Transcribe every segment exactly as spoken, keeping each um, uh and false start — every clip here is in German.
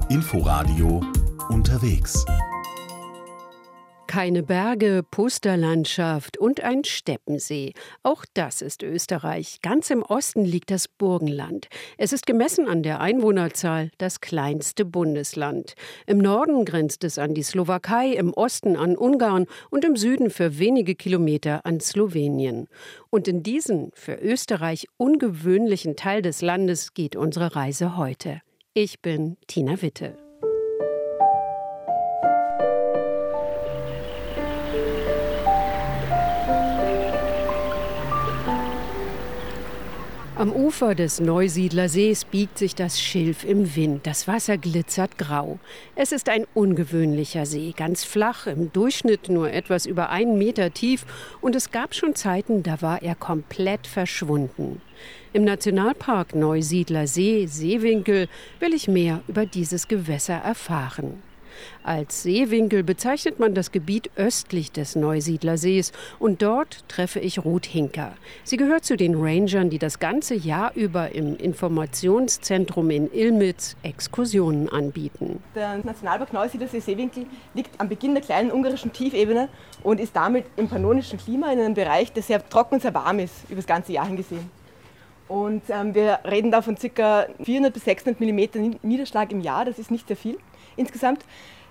Inforadio unterwegs. Keine Berge, Pusterlandschaft und ein Steppensee. Auch das ist Österreich. Ganz im Osten liegt das Burgenland. Es ist gemessen an der Einwohnerzahl das kleinste Bundesland. Im Norden grenzt es an die Slowakei, im Osten an Ungarn und im Süden für wenige Kilometer an Slowenien. Und in diesen für Österreich ungewöhnlichen Teil des Landes geht unsere Reise heute. Ich bin Tina Witte. Am Ufer des Neusiedler Sees biegt sich das Schilf im Wind. Das Wasser glitzert grau. Es ist ein ungewöhnlicher See, ganz flach, im Durchschnitt nur etwas über einen Meter tief. Und es gab schon Zeiten, da war er komplett verschwunden. Im Nationalpark Neusiedler See, Seewinkel, will ich mehr über dieses Gewässer erfahren. Als Seewinkel bezeichnet man das Gebiet östlich des Neusiedler Sees und dort treffe ich Ruth Hinker. Sie gehört zu den Rangern, die das ganze Jahr über im Informationszentrum in Ilmitz Exkursionen anbieten. Der Nationalpark Neusiedler See Seewinkel liegt am Beginn der kleinen ungarischen Tiefebene und ist damit im pannonischen Klima in einem Bereich, der sehr trocken und sehr warm ist, über das ganze Jahr hingesehen. Und ähm, wir reden da von ca. vierhundert bis sechshundert Millimeter Niederschlag im Jahr, das ist nicht sehr viel insgesamt.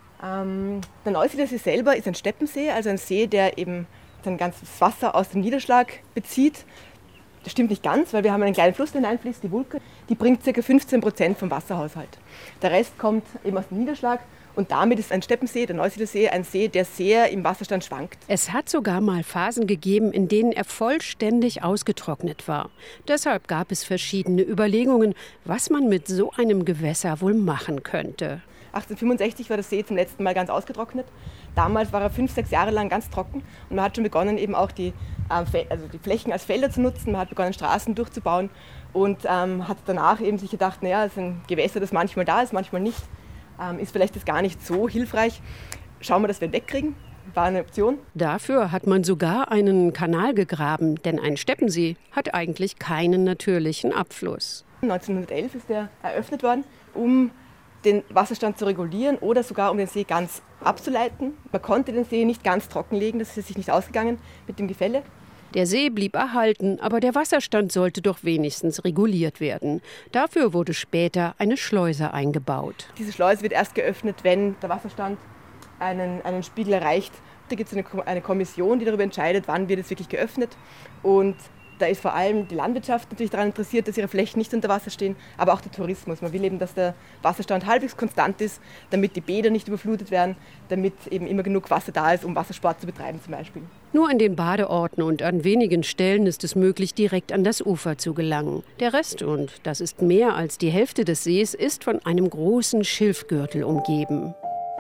Ähm, der Neusiedler See selber ist ein Steppensee, also ein See, der eben sein ganzes Wasser aus dem Niederschlag bezieht. Das stimmt nicht ganz, weil wir haben einen kleinen Fluss, der hineinfließt, die Vulke, die bringt ca. fünfzehn Prozent vom Wasserhaushalt. Der Rest kommt eben aus dem Niederschlag. Und damit ist ein Steppensee, der Neusiedler See, ein See, der sehr im Wasserstand schwankt. Es hat sogar mal Phasen gegeben, in denen er vollständig ausgetrocknet war. Deshalb gab es verschiedene Überlegungen, was man mit so einem Gewässer wohl machen könnte. achtzehnhundertfünfundsechzig war der See zum letzten Mal ganz ausgetrocknet. Damals war er fünf, sechs Jahre lang ganz trocken. Und man hat schon begonnen, eben auch die, äh, also die Flächen als Felder zu nutzen. Man hat begonnen, Straßen durchzubauen und ähm, hat danach eben sich gedacht, naja, es ist ein Gewässer, das manchmal da ist, manchmal nicht. Ähm, ist vielleicht jetzt gar nicht so hilfreich. Schauen wir, dass wir ihn wegkriegen. War eine Option. Dafür hat man sogar einen Kanal gegraben, denn ein Steppensee hat eigentlich keinen natürlichen Abfluss. neunzehnhundertelf ist der eröffnet worden, um den Wasserstand zu regulieren oder sogar um den See ganz abzuleiten. Man konnte den See nicht ganz trockenlegen, das ist sich nicht ausgegangen mit dem Gefälle. Der See blieb erhalten, aber der Wasserstand sollte doch wenigstens reguliert werden. Dafür wurde später eine Schleuse eingebaut. Diese Schleuse wird erst geöffnet, wenn der Wasserstand einen, einen Spiegel erreicht. Da gibt es eine, eine Kommission, die darüber entscheidet, wann wird es wirklich geöffnet. Und da ist vor allem die Landwirtschaft natürlich daran interessiert, dass ihre Flächen nicht unter Wasser stehen, aber auch der Tourismus. Man will eben, dass der Wasserstand halbwegs konstant ist, damit die Bäder nicht überflutet werden, damit eben immer genug Wasser da ist, um Wassersport zu betreiben zum Beispiel. Nur in den Badeorten und an wenigen Stellen ist es möglich, direkt an das Ufer zu gelangen. Der Rest, und das ist mehr als die Hälfte des Sees, ist von einem großen Schilfgürtel umgeben.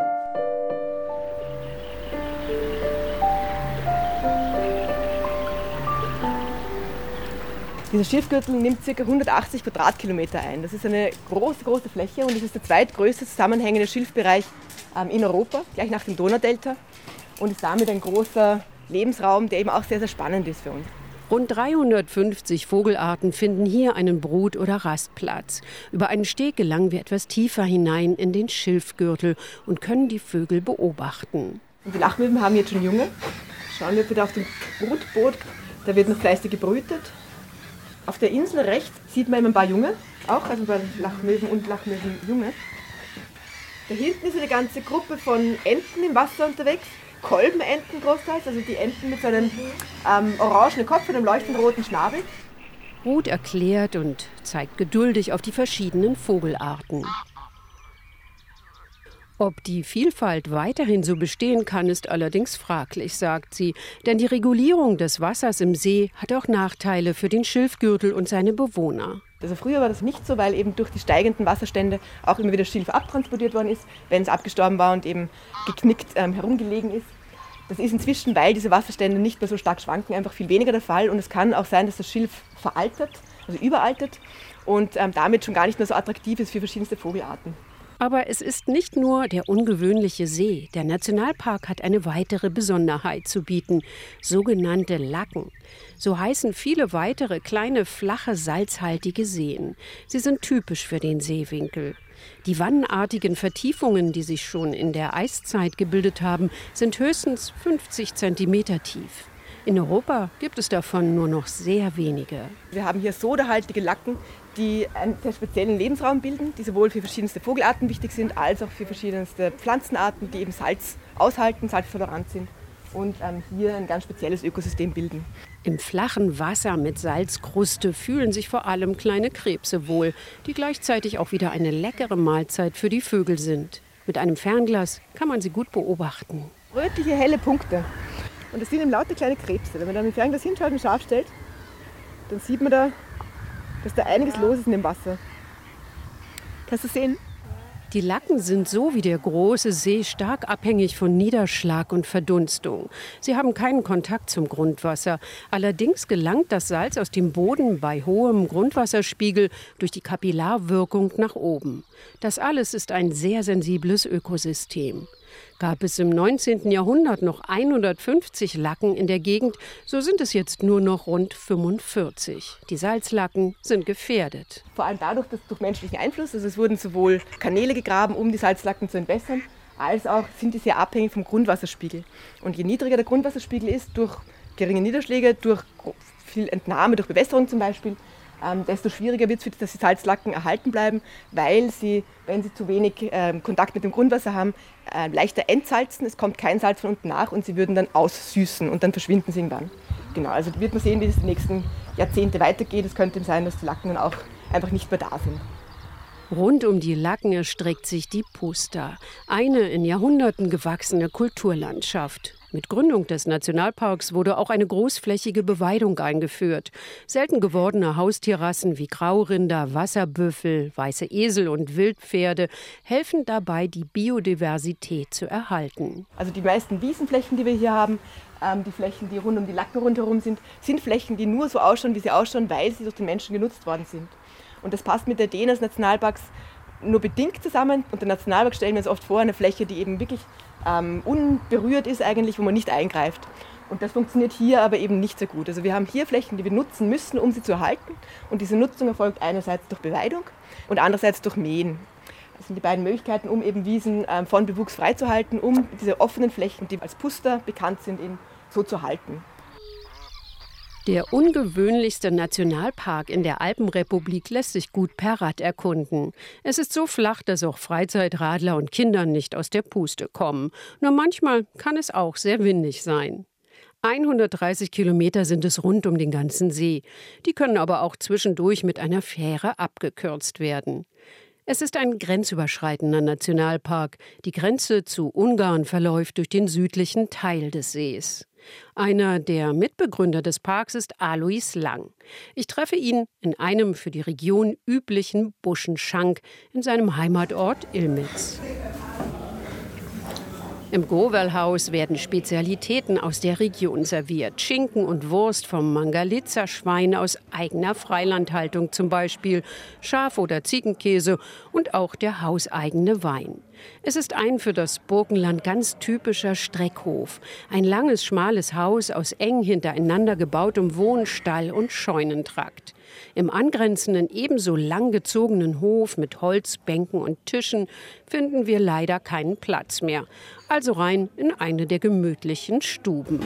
Dieser Schilfgürtel nimmt ca. hundertachtzig Quadratkilometer ein. Das ist eine große, große Fläche und es ist der zweitgrößte zusammenhängende Schilfbereich ähm, in Europa, gleich nach dem Donaudelta, und ist damit ein großer Lebensraum, der eben auch sehr, sehr spannend ist für uns. Rund dreihundertfünfzig Vogelarten finden hier einen Brut- oder Rastplatz. Über einen Steg gelangen wir etwas tiefer hinein in den Schilfgürtel und können die Vögel beobachten. Und die Lachmilben haben jetzt schon Junge. Schauen wir bitte auf dem Brutboot, da wird noch fleißig gebrütet. Auf der Insel rechts sieht man eben ein paar Junge, auch, also bei Lachmilben und Lachmilbenjunge. Da hinten ist eine ganze Gruppe von Enten im Wasser unterwegs, Kolbenenten großteils, also die Enten mit so einem ähm, orangenen Kopf und einem leuchtend roten Schnabel. Ruth erklärt und zeigt geduldig auf die verschiedenen Vogelarten. Ob die Vielfalt weiterhin so bestehen kann, ist allerdings fraglich, sagt sie. Denn die Regulierung des Wassers im See hat auch Nachteile für den Schilfgürtel und seine Bewohner. Also früher war das nicht so, weil eben durch die steigenden Wasserstände auch immer wieder Schilf abtransportiert worden ist, wenn es abgestorben war und eben geknickt ähm, herumgelegen ist. Das ist inzwischen, weil diese Wasserstände nicht mehr so stark schwanken, einfach viel weniger der Fall. Und es kann auch sein, dass das Schilf veraltet, also überaltet und ähm, damit schon gar nicht mehr so attraktiv ist für verschiedenste Vogelarten. Aber es ist nicht nur der ungewöhnliche See. Der Nationalpark hat eine weitere Besonderheit zu bieten, sogenannte Lacken. So heißen viele weitere kleine, flache, salzhaltige Seen. Sie sind typisch für den Seewinkel. Die wannenartigen Vertiefungen, die sich schon in der Eiszeit gebildet haben, sind höchstens fünfzig Zentimeter tief. In Europa gibt es davon nur noch sehr wenige. Wir haben hier sodahaltige Lacken, die einen sehr speziellen Lebensraum bilden, die sowohl für verschiedenste Vogelarten wichtig sind, als auch für verschiedenste Pflanzenarten, die eben Salz aushalten, salztolerant sind und ähm, hier ein ganz spezielles Ökosystem bilden. Im flachen Wasser mit Salzkruste fühlen sich vor allem kleine Krebse wohl, die gleichzeitig auch wieder eine leckere Mahlzeit für die Vögel sind. Mit einem Fernglas kann man sie gut beobachten. Rötliche, helle Punkte. Und das sind eben lauter kleine Krebse. Wenn man da mit dem Fernglas hinschaut und scharf stellt, dann sieht man da, dass da einiges los ist in dem Wasser. Kannst du sehen? Die Lacken sind so wie der große See stark abhängig von Niederschlag und Verdunstung. Sie haben keinen Kontakt zum Grundwasser. Allerdings gelangt das Salz aus dem Boden bei hohem Grundwasserspiegel durch die Kapillarwirkung nach oben. Das alles ist ein sehr sensibles Ökosystem. Gab es im neunzehnten Jahrhundert noch hundertfünfzig Lacken in der Gegend, so sind es jetzt nur noch rund fünfundvierzig. Die Salzlacken sind gefährdet. Vor allem dadurch, dass durch menschlichen Einfluss, also es wurden sowohl Kanäle gegraben, um die Salzlacken zu entwässern, als auch sind die sehr abhängig vom Grundwasserspiegel. Und je niedriger der Grundwasserspiegel ist, durch geringe Niederschläge, durch viel Entnahme, durch Bewässerung zum Beispiel, Ähm, desto schwieriger wird es, dass die Salzlacken erhalten bleiben, weil sie, wenn sie zu wenig ähm, Kontakt mit dem Grundwasser haben, äh, leichter entsalzen. Es kommt kein Salz von unten nach und sie würden dann aussüßen und dann verschwinden sie irgendwann. Genau, also wird man sehen, wie es die nächsten Jahrzehnte weitergeht. Es könnte sein, dass die Lacken dann auch einfach nicht mehr da sind. Rund um die Lacken erstreckt sich die Pusta, eine in Jahrhunderten gewachsene Kulturlandschaft. Mit Gründung des Nationalparks wurde auch eine großflächige Beweidung eingeführt. Selten gewordene Haustierrassen wie Graurinder, Wasserbüffel, weiße Esel und Wildpferde helfen dabei, die Biodiversität zu erhalten. Also die meisten Wiesenflächen, die wir hier haben, ähm, die Flächen, die rund um die Lacken rundherum sind, sind Flächen, die nur so ausschauen, wie sie ausschauen, weil sie durch den Menschen genutzt worden sind. Und das passt mit der Idee des Nationalparks nur bedingt zusammen. Und der Nationalpark stellen wir uns oft vor, eine Fläche, die eben wirklich ähm, unberührt ist eigentlich, wo man nicht eingreift. Und das funktioniert hier aber eben nicht sehr gut. Also wir haben hier Flächen, die wir nutzen müssen, um sie zu erhalten. Und diese Nutzung erfolgt einerseits durch Beweidung und andererseits durch Mähen. Das sind die beiden Möglichkeiten, um eben Wiesen ähm, von Bewuchs freizuhalten, um diese offenen Flächen, die als Pusta bekannt sind, eben so zu halten. Der ungewöhnlichste Nationalpark in der Alpenrepublik lässt sich gut per Rad erkunden. Es ist so flach, dass auch Freizeitradler und Kinder nicht aus der Puste kommen. Nur manchmal kann es auch sehr windig sein. hundertdreißig Kilometer sind es rund um den ganzen See. Die können aber auch zwischendurch mit einer Fähre abgekürzt werden. Es ist ein grenzüberschreitender Nationalpark. Die Grenze zu Ungarn verläuft durch den südlichen Teil des Sees. Einer der Mitbegründer des Parks ist Alois Lang. Ich treffe ihn in einem für die Region üblichen Buschenschank in seinem Heimatort Ilmitz. Im Gowerlhaus werden Spezialitäten aus der Region serviert. Schinken und Wurst vom Mangalitza-Schwein aus eigener Freilandhaltung zum Beispiel, Schaf- oder Ziegenkäse und auch der hauseigene Wein. Es ist ein für das Burgenland ganz typischer Streckhof. Ein langes, schmales Haus aus eng hintereinander gebautem Wohn-, Stall- und Scheunentrakt. Im angrenzenden, ebenso langgezogenen Hof mit Holzbänken und Tischen finden wir leider keinen Platz mehr. Also rein in eine der gemütlichen Stuben.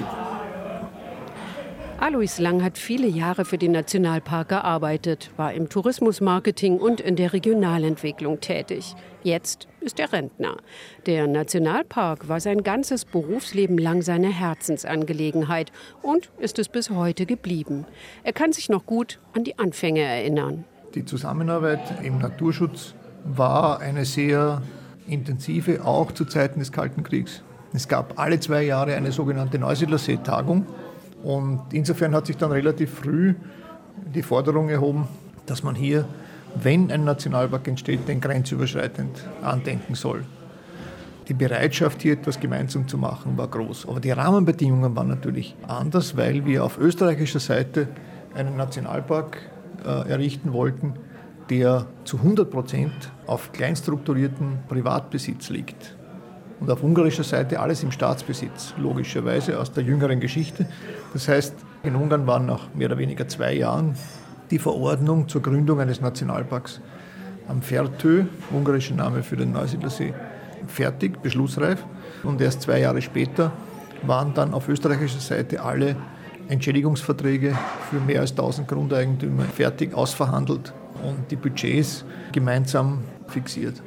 Alois Lang hat viele Jahre für den Nationalpark gearbeitet, war im Tourismusmarketing und in der Regionalentwicklung tätig. Jetzt ist er Rentner. Der Nationalpark war sein ganzes Berufsleben lang seine Herzensangelegenheit und ist es bis heute geblieben. Er kann sich noch gut an die Anfänge erinnern. Die Zusammenarbeit im Naturschutz war eine sehr intensive, auch zu Zeiten des Kalten Kriegs. Es gab alle zwei Jahre eine sogenannte Neusiedlersee-Tagung. Und insofern hat sich dann relativ früh die Forderung erhoben, dass man hier, wenn ein Nationalpark entsteht, den grenzüberschreitend andenken soll. Die Bereitschaft, hier etwas gemeinsam zu machen, war groß. Aber die Rahmenbedingungen waren natürlich anders, weil wir auf österreichischer Seite einen Nationalpark äh, errichten wollten, der zu hundert Prozent auf kleinstrukturierten Privatbesitz liegt. Und auf ungarischer Seite alles im Staatsbesitz, logischerweise aus der jüngeren Geschichte. Das heißt, in Ungarn waren nach mehr oder weniger zwei Jahren die Verordnung zur Gründung eines Nationalparks am Fertő, ungarischer Name für den Neusiedlersee, fertig, beschlussreif. Und erst zwei Jahre später waren dann auf österreichischer Seite alle Entschädigungsverträge für mehr als tausend Grundeigentümer fertig ausverhandelt und die Budgets gemeinsam fixiert.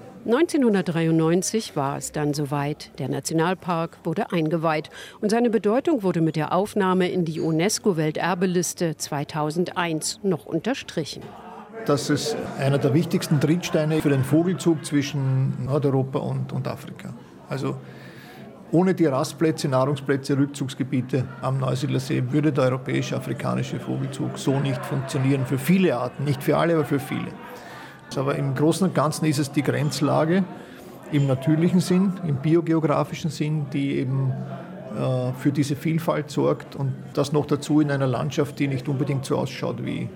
neunzehnhundertdreiundneunzig war es dann soweit. Der Nationalpark wurde eingeweiht und seine Bedeutung wurde mit der Aufnahme in die UNESCO-Welterbeliste zweitausendeins noch unterstrichen. Das ist einer der wichtigsten Trittsteine für den Vogelzug zwischen Nordeuropa und, und Afrika. Also ohne die Rastplätze, Nahrungsplätze, Rückzugsgebiete am Neusiedlersee würde der europäisch-afrikanische Vogelzug so nicht funktionieren. Für viele Arten, nicht für alle, aber für viele. Aber im Großen und Ganzen ist es die Grenzlage im natürlichen Sinn, im biogeografischen Sinn, die eben äh, für diese Vielfalt sorgt und das noch dazu in einer Landschaft, die nicht unbedingt so ausschaut wie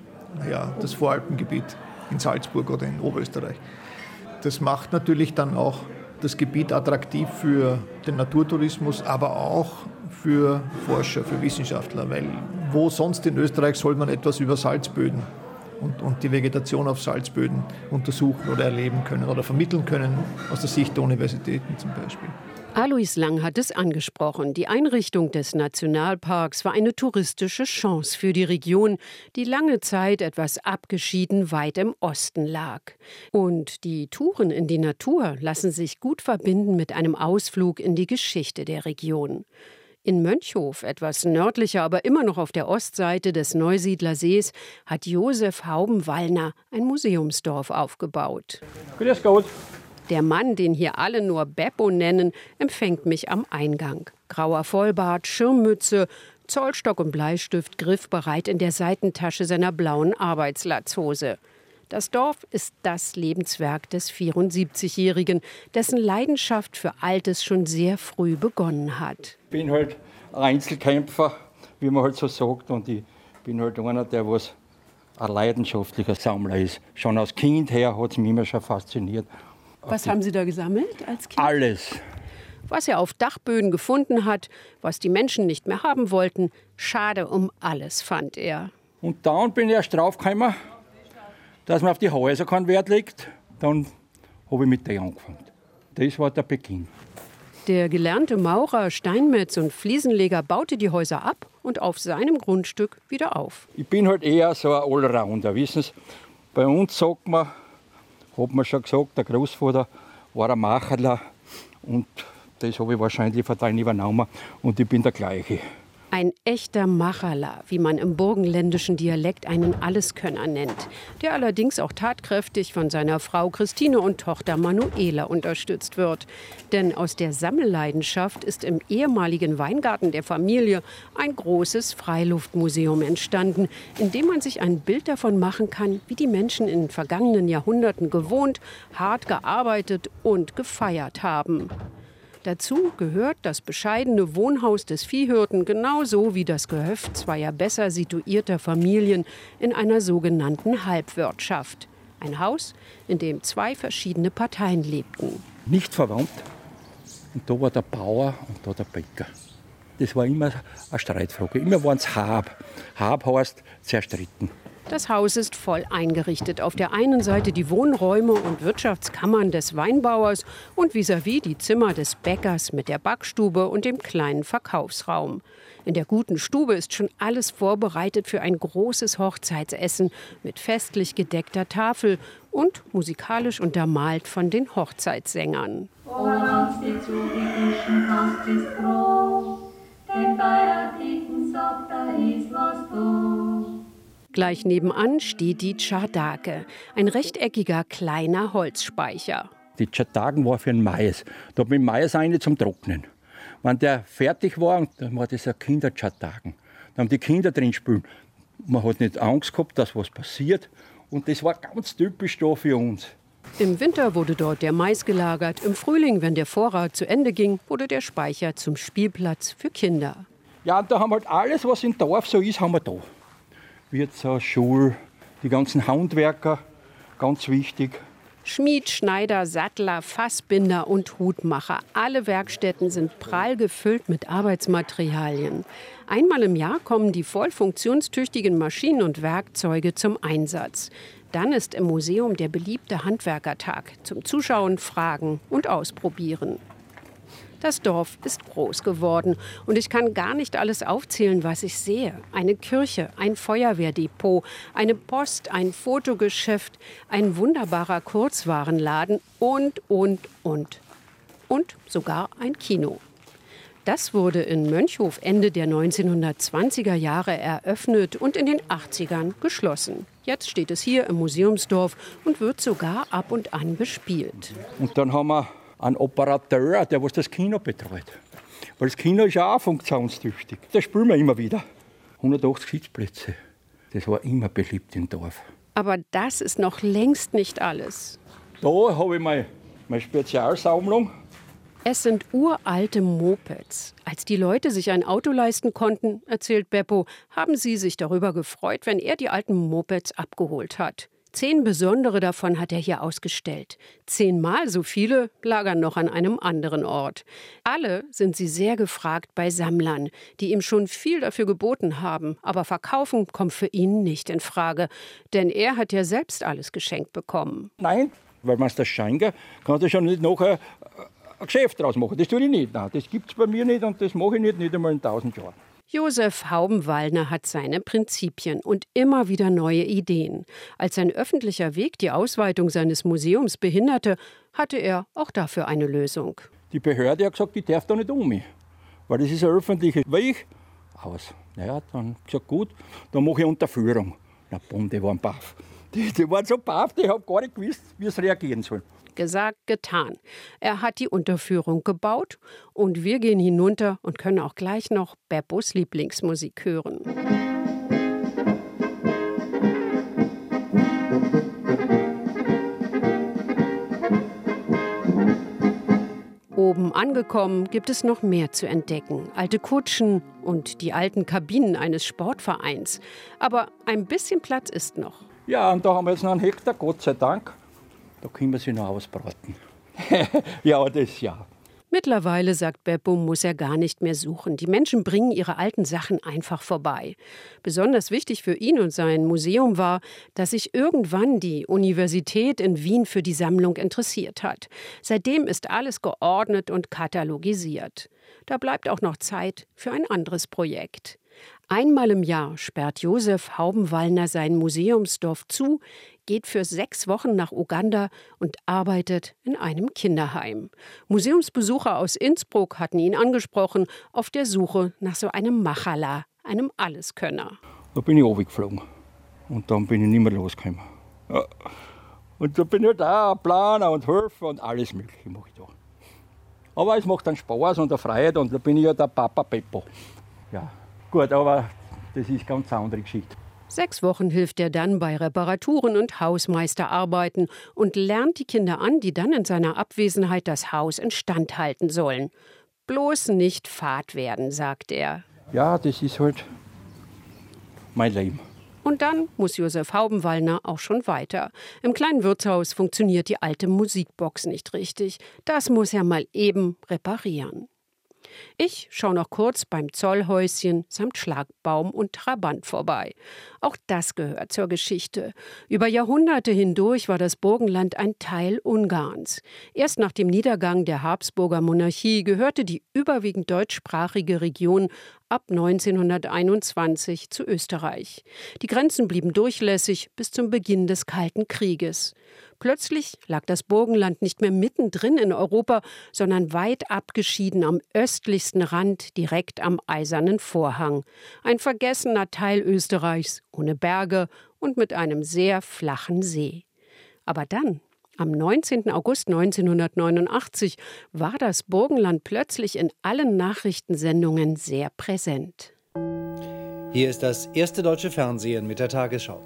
ja, das Voralpengebiet in Salzburg oder in Oberösterreich. Das macht natürlich dann auch das Gebiet attraktiv für den Naturtourismus, aber auch für Forscher, für Wissenschaftler, weil wo sonst in Österreich soll man etwas über Salzböden und, und die Vegetation auf Salzböden untersuchen oder erleben können oder vermitteln können, aus der Sicht der Universitäten zum Beispiel. Alois Lang hat es angesprochen. Die Einrichtung des Nationalparks war eine touristische Chance für die Region, die lange Zeit etwas abgeschieden weit im Osten lag. Und die Touren in die Natur lassen sich gut verbinden mit einem Ausflug in die Geschichte der Region. In Mönchhof, etwas nördlicher, aber immer noch auf der Ostseite des Neusiedlersees, hat Josef Hauben-Wallner ein Museumsdorf aufgebaut. Grüß Gott. Der Mann, den hier alle nur Beppo nennen, empfängt mich am Eingang. Grauer Vollbart, Schirmmütze, Zollstock und Bleistift griffbereit in der Seitentasche seiner blauen Arbeitslatzhose. Das Dorf ist das Lebenswerk des vierundsiebzigjährigen, dessen Leidenschaft für Altes schon sehr früh begonnen hat. Ich bin halt ein Einzelkämpfer, wie man halt so sagt, und ich bin halt einer, der was ein leidenschaftlicher Sammler ist. Schon als Kind her hat es mich immer schon fasziniert. Was haben Sie da gesammelt als Kind? Alles. Was er auf Dachböden gefunden hat, was die Menschen nicht mehr haben wollten, schade um alles, fand er. Und dann bin ich erst draufgekommen, dass man auf die Häuser keinen Wert legt. Dann habe ich mit dem angefangen. Das war der Beginn. Der gelernte Maurer, Steinmetz und Fliesenleger baute die Häuser ab und auf seinem Grundstück wieder auf. Ich bin halt eher so ein Allrounder, wissen Sie. Bei uns sagt man, hat man schon gesagt, der Großvater war ein Macherler und das habe ich wahrscheinlich von denen übernommen und ich bin der gleiche. Ein echter Macherler, wie man im burgenländischen Dialekt einen Alleskönner nennt, der allerdings auch tatkräftig von seiner Frau Christine und Tochter Manuela unterstützt wird. Denn aus der Sammelleidenschaft ist im ehemaligen Weingarten der Familie ein großes Freiluftmuseum entstanden, in dem man sich ein Bild davon machen kann, wie die Menschen in vergangenen Jahrhunderten gewohnt, hart gearbeitet und gefeiert haben. Dazu gehört das bescheidene Wohnhaus des Viehhirten genauso wie das Gehöft zweier besser situierter Familien in einer sogenannten Halbwirtschaft. Ein Haus, in dem zwei verschiedene Parteien lebten. Nicht verwandt. Und da war der Bauer und da der Bäcker. Das war immer eine Streitfrage. Immer waren es Hab. Hab heißt zerstritten. Das Haus ist voll eingerichtet. Auf der einen Seite die Wohnräume und Wirtschaftskammern des Weinbauers und vis-à-vis die Zimmer des Bäckers mit der Backstube und dem kleinen Verkaufsraum. In der guten Stube ist schon alles vorbereitet für ein großes Hochzeitsessen mit festlich gedeckter Tafel und musikalisch untermalt von den Hochzeitssängern. Gleich nebenan steht die Tschardake, ein rechteckiger kleiner Holzspeicher. Die Tschardaken war für den Mais. Da hat man den Mais rein zum Trocknen. Wenn der fertig war, dann war das ein Kinder-Tschardaken. Dann haben die Kinder drin gespielt. Man hat nicht Angst gehabt, dass was passiert. Und das war ganz typisch da für uns. Im Winter wurde dort der Mais gelagert. Im Frühling, wenn der Vorrat zu Ende ging, wurde der Speicher zum Spielplatz für Kinder. Ja, und da haben wir halt alles, was im Dorf so ist, haben wir da. Wirtshaus, Schule, Die ganzen Handwerker, ganz wichtig. Schmied, Schneider, Sattler, Fassbinder und Hutmacher. Alle Werkstätten sind prall gefüllt mit Arbeitsmaterialien. Einmal im Jahr kommen die voll funktionstüchtigen Maschinen und Werkzeuge zum Einsatz. Dann ist im Museum der beliebte Handwerkertag zum Zuschauen, Fragen und Ausprobieren. Das Dorf ist groß geworden und ich kann gar nicht alles aufzählen, was ich sehe. Eine Kirche, ein Feuerwehrdepot, eine Post, ein Fotogeschäft, ein wunderbarer Kurzwarenladen und, und, und. Und sogar ein Kino. Das wurde in Mönchhof Ende der neunzehnhundertzwanziger Jahre eröffnet und in den achtzigern geschlossen. Jetzt steht es hier im Museumsdorf und wird sogar ab und an bespielt. Und dann haben wir einen Operateur, der was das Kino betreut. Weil das Kino ist ja auch funktionstüchtig. Das spielen wir immer wieder. hundertachtzig Sitzplätze. Das war immer beliebt im Dorf. Aber das ist noch längst nicht alles. Da habe ich meine, meine Spezialsammlung. Es sind uralte Mopeds. Als die Leute sich ein Auto leisten konnten, erzählt Beppo, haben sie sich darüber gefreut, wenn er die alten Mopeds abgeholt hat. Zehn besondere davon hat er hier ausgestellt. Zehnmal so viele lagern noch an einem anderen Ort. Alle sind sie sehr gefragt bei Sammlern, die ihm schon viel dafür geboten haben. Aber verkaufen kommt für ihn nicht in Frage. Denn er hat ja selbst alles geschenkt bekommen. Nein, weil man es das schenken kann, das schon nicht nachher ein Geschäft draus machen. Das tue ich nicht. Nein, das gibt es bei mir nicht und das mache ich nicht, nicht einmal in tausend Jahren. Josef Haubenwallner hat seine Prinzipien und immer wieder neue Ideen. Als sein öffentlicher Weg die Ausweitung seines Museums behinderte, hatte er auch dafür eine Lösung. Die Behörde hat gesagt, ich darf da nicht um mich, weil das ist ein öffentlicher Weg. Aus. Naja, dann gesagt, gut, dann mache ich Unterführung. Na bumm, die waren baff. Die, die waren so baff, die haben gar nicht gewusst, wie sie reagieren sollen. Gesagt, getan. Er hat die Unterführung gebaut und wir gehen hinunter und können auch gleich noch Beppos Lieblingsmusik hören. Oben angekommen gibt es noch mehr zu entdecken. Alte Kutschen und die alten Kabinen eines Sportvereins. Aber ein bisschen Platz ist noch. Ja, und da haben wir jetzt noch einen Hektar, Gott sei Dank. Da können wir sie noch ausbraten. Ja, das ja. Mittlerweile, sagt Beppo, muss er gar nicht mehr suchen. Die Menschen bringen ihre alten Sachen einfach vorbei. Besonders wichtig für ihn und sein Museum war, dass sich irgendwann die Universität in Wien für die Sammlung interessiert hat. Seitdem ist alles geordnet und katalogisiert. Da bleibt auch noch Zeit für ein anderes Projekt. Einmal im Jahr sperrt Josef Haubenwallner sein Museumsdorf zu, geht für sechs Wochen nach Uganda und arbeitet in einem Kinderheim. Museumsbesucher aus Innsbruck hatten ihn angesprochen, auf der Suche nach so einem Machala, einem Alleskönner. Da bin ich runtergeflogen und dann bin ich nicht mehr losgekommen. Ja. Und da bin ich da, Planer und Helfer und alles Mögliche mache ich da. Aber es macht dann Spaß und eine Freude und da bin ich ja der Papa Beppo. Ja. Gut, aber das ist ganz eine andere Geschichte. Sechs Wochen hilft er dann bei Reparaturen und Hausmeisterarbeiten und lernt die Kinder an, die dann in seiner Abwesenheit das Haus instand halten sollen. Bloß nicht fad werden, sagt er. Ja, das ist halt mein Leben. Und dann muss Josef Haubenwallner auch schon weiter. Im kleinen Wirtshaus funktioniert die alte Musikbox nicht richtig. Das muss er mal eben reparieren. Ich schaue noch kurz beim Zollhäuschen samt Schlagbaum und Trabant vorbei. Auch das gehört zur Geschichte. Über Jahrhunderte hindurch war das Burgenland ein Teil Ungarns. Erst nach dem Niedergang der Habsburger Monarchie gehörte die überwiegend deutschsprachige Region ab neunzehnhunderteinundzwanzig zu Österreich. Die Grenzen blieben durchlässig bis zum Beginn des Kalten Krieges. Plötzlich lag das Burgenland nicht mehr mittendrin in Europa, sondern weit abgeschieden am östlichsten Rand, direkt am Eisernen Vorhang. Ein vergessener Teil Österreichs, ohne Berge und mit einem sehr flachen See. Aber dann, am neunzehnten August neunzehnhundertneunundachtzig, war das Burgenland plötzlich in allen Nachrichtensendungen sehr präsent. Hier ist das erste deutsche Fernsehen mit der Tagesschau.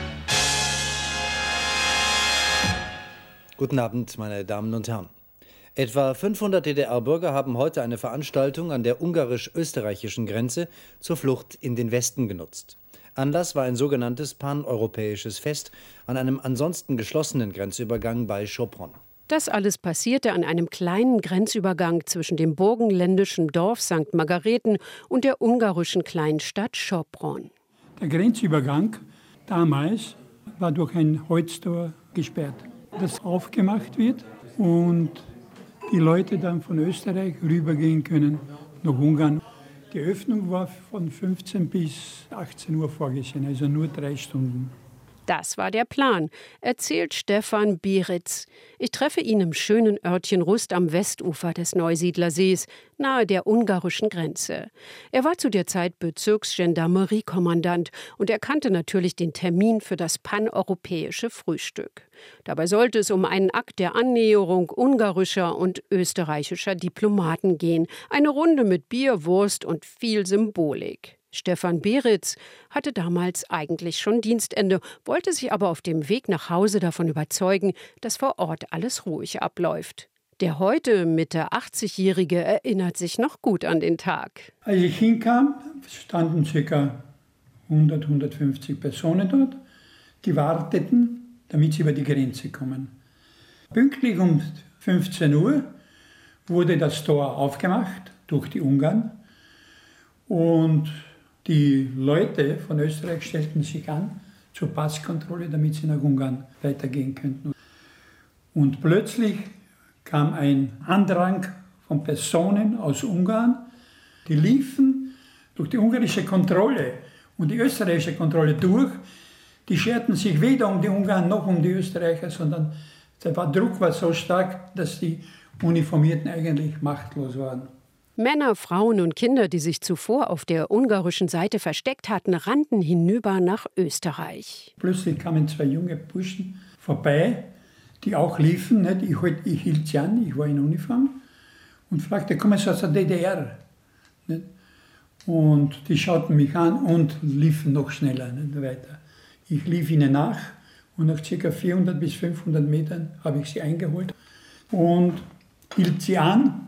Guten Abend, meine Damen und Herren. Etwa fünfhundert D D R-Bürger haben heute eine Veranstaltung an der ungarisch-österreichischen Grenze zur Flucht in den Westen genutzt. Anlass war ein sogenanntes paneuropäisches Fest an einem ansonsten geschlossenen Grenzübergang bei Sopron. Das alles passierte an einem kleinen Grenzübergang zwischen dem burgenländischen Dorf Sankt Margareten und der ungarischen Kleinstadt Sopron. Der Grenzübergang damals war durch ein Holztor gesperrt, das aufgemacht wird und die Leute dann von Österreich rübergehen können nach Ungarn. Die Öffnung war von fünfzehn bis achtzehn Uhr vorgesehen, also nur drei Stunden. Das war der Plan, erzählt Stefan Bieritz. Ich treffe ihn im schönen Örtchen Rust am Westufer des Neusiedlersees, nahe der ungarischen Grenze. Er war zu der Zeit Bezirksgendarmeriekommandant und er kannte natürlich den Termin für das paneuropäische Frühstück. Dabei sollte es um einen Akt der Annäherung ungarischer und österreichischer Diplomaten gehen. Eine Runde mit Bier, Wurst und viel Symbolik. Stefan Bieritz hatte damals eigentlich schon Dienstende, wollte sich aber auf dem Weg nach Hause davon überzeugen, dass vor Ort alles ruhig abläuft. Der heute Mitte achtzigjährige erinnert sich noch gut an den Tag. Als ich hinkam, standen ca. hundert, hundertfünfzig Personen dort, die warteten, damit sie über die Grenze kommen. Pünktlich um fünfzehn Uhr wurde das Tor aufgemacht durch die Ungarn und die Leute von Österreich stellten sich an zur Passkontrolle, damit sie nach Ungarn weitergehen könnten. Und plötzlich kam ein Andrang von Personen aus Ungarn, die liefen durch die ungarische Kontrolle und die österreichische Kontrolle durch. Die scherten sich weder um die Ungarn noch um die Österreicher, sondern der Druck war so stark, dass die Uniformierten eigentlich machtlos waren. Männer, Frauen und Kinder, die sich zuvor auf der ungarischen Seite versteckt hatten, rannten hinüber nach Österreich. Plötzlich kamen zwei junge Burschen vorbei, die auch liefen. Nicht? Ich, ich hielt sie an, ich war in Uniform und fragte, kommen Sie aus der D D R? Nicht? Und die schauten mich an und liefen noch schneller nicht? Weiter. Ich lief ihnen nach und nach ca. vierhundert bis fünfhundert Metern habe ich sie eingeholt und hielt sie an.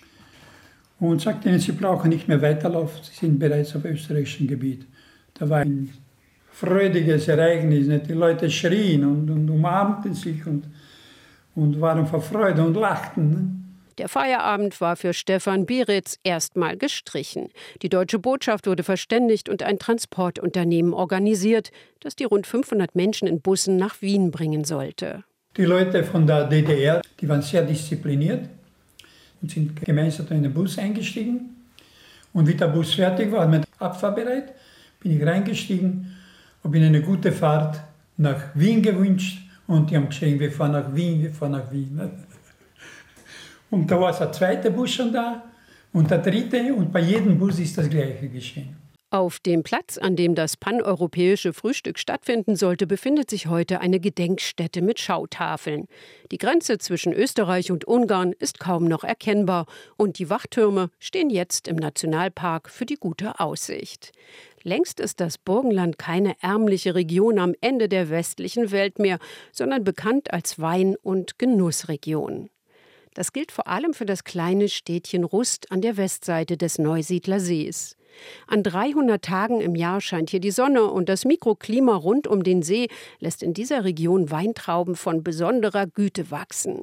Und sagte ihnen, sie brauchen nicht mehr weiterlaufen, sie sind bereits auf österreichischem Gebiet. Da war ein freudiges Ereignis, nicht? Die Leute schrien und, und umarmten sich und, und waren vor Freude und lachten. Ne? Der Feierabend war für Stefan Bieritz erstmal gestrichen. Die deutsche Botschaft wurde verständigt und ein Transportunternehmen organisiert, das die rund fünfhundert Menschen in Bussen nach Wien bringen sollte. Die Leute von der D D R, die waren sehr diszipliniert und sind gemeinsam in den Bus eingestiegen. Und wie der Bus fertig war, mit Abfahrt bereit, bin ich reingestiegen, habe ihnen eine gute Fahrt nach Wien gewünscht und die haben geschrien, wir fahren nach Wien, wir fahren nach Wien. Und da war der zweite Bus schon da und der dritte und bei jedem Bus ist das Gleiche geschehen. Auf dem Platz, an dem das paneuropäische Frühstück stattfinden sollte, befindet sich heute eine Gedenkstätte mit Schautafeln. Die Grenze zwischen Österreich und Ungarn ist kaum noch erkennbar und die Wachtürme stehen jetzt im Nationalpark für die gute Aussicht. Längst ist das Burgenland keine ärmliche Region am Ende der westlichen Welt mehr, sondern bekannt als Wein- und Genussregion. Das gilt vor allem für das kleine Städtchen Rust an der Westseite des Neusiedlersees. An dreihundert Tagen im Jahr scheint hier die Sonne und das Mikroklima rund um den See lässt in dieser Region Weintrauben von besonderer Güte wachsen.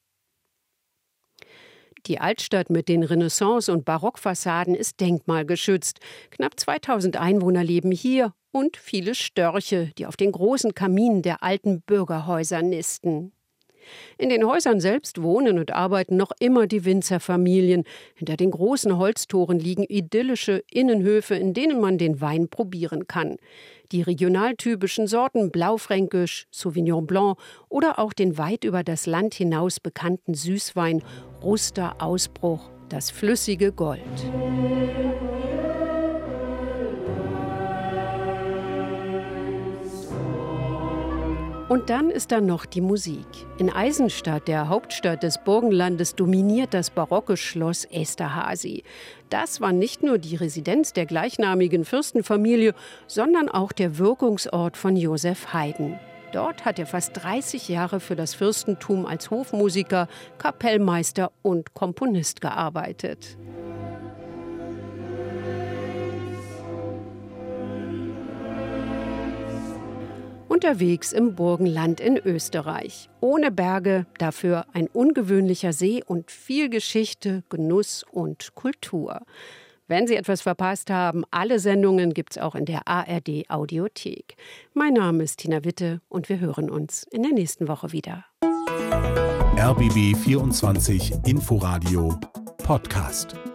Die Altstadt mit den Renaissance- und Barockfassaden ist denkmalgeschützt. Knapp zweitausend Einwohner leben hier und viele Störche, die auf den großen Kaminen der alten Bürgerhäuser nisten. In den Häusern selbst wohnen und arbeiten noch immer die Winzerfamilien. Hinter den großen Holztoren liegen idyllische Innenhöfe, in denen man den Wein probieren kann. Die regionaltypischen Sorten Blaufränkisch, Sauvignon Blanc oder auch den weit über das Land hinaus bekannten Süßwein Ruster Ausbruch, das flüssige Gold. Und dann ist da noch die Musik. In Eisenstadt, der Hauptstadt des Burgenlandes, dominiert das barocke Schloss Esterházy. Das war nicht nur die Residenz der gleichnamigen Fürstenfamilie, sondern auch der Wirkungsort von Joseph Haydn. Dort hat er fast dreißig Jahre für das Fürstentum als Hofmusiker, Kapellmeister und Komponist gearbeitet. Unterwegs im Burgenland in Österreich. Ohne Berge, dafür ein ungewöhnlicher See und viel Geschichte, Genuss und Kultur. Wenn Sie etwas verpasst haben, alle Sendungen gibt's auch in der A R D-Audiothek. Mein Name ist Tina Witte und wir hören uns in der nächsten Woche wieder. R B B vierundzwanzig Inforadio Podcast.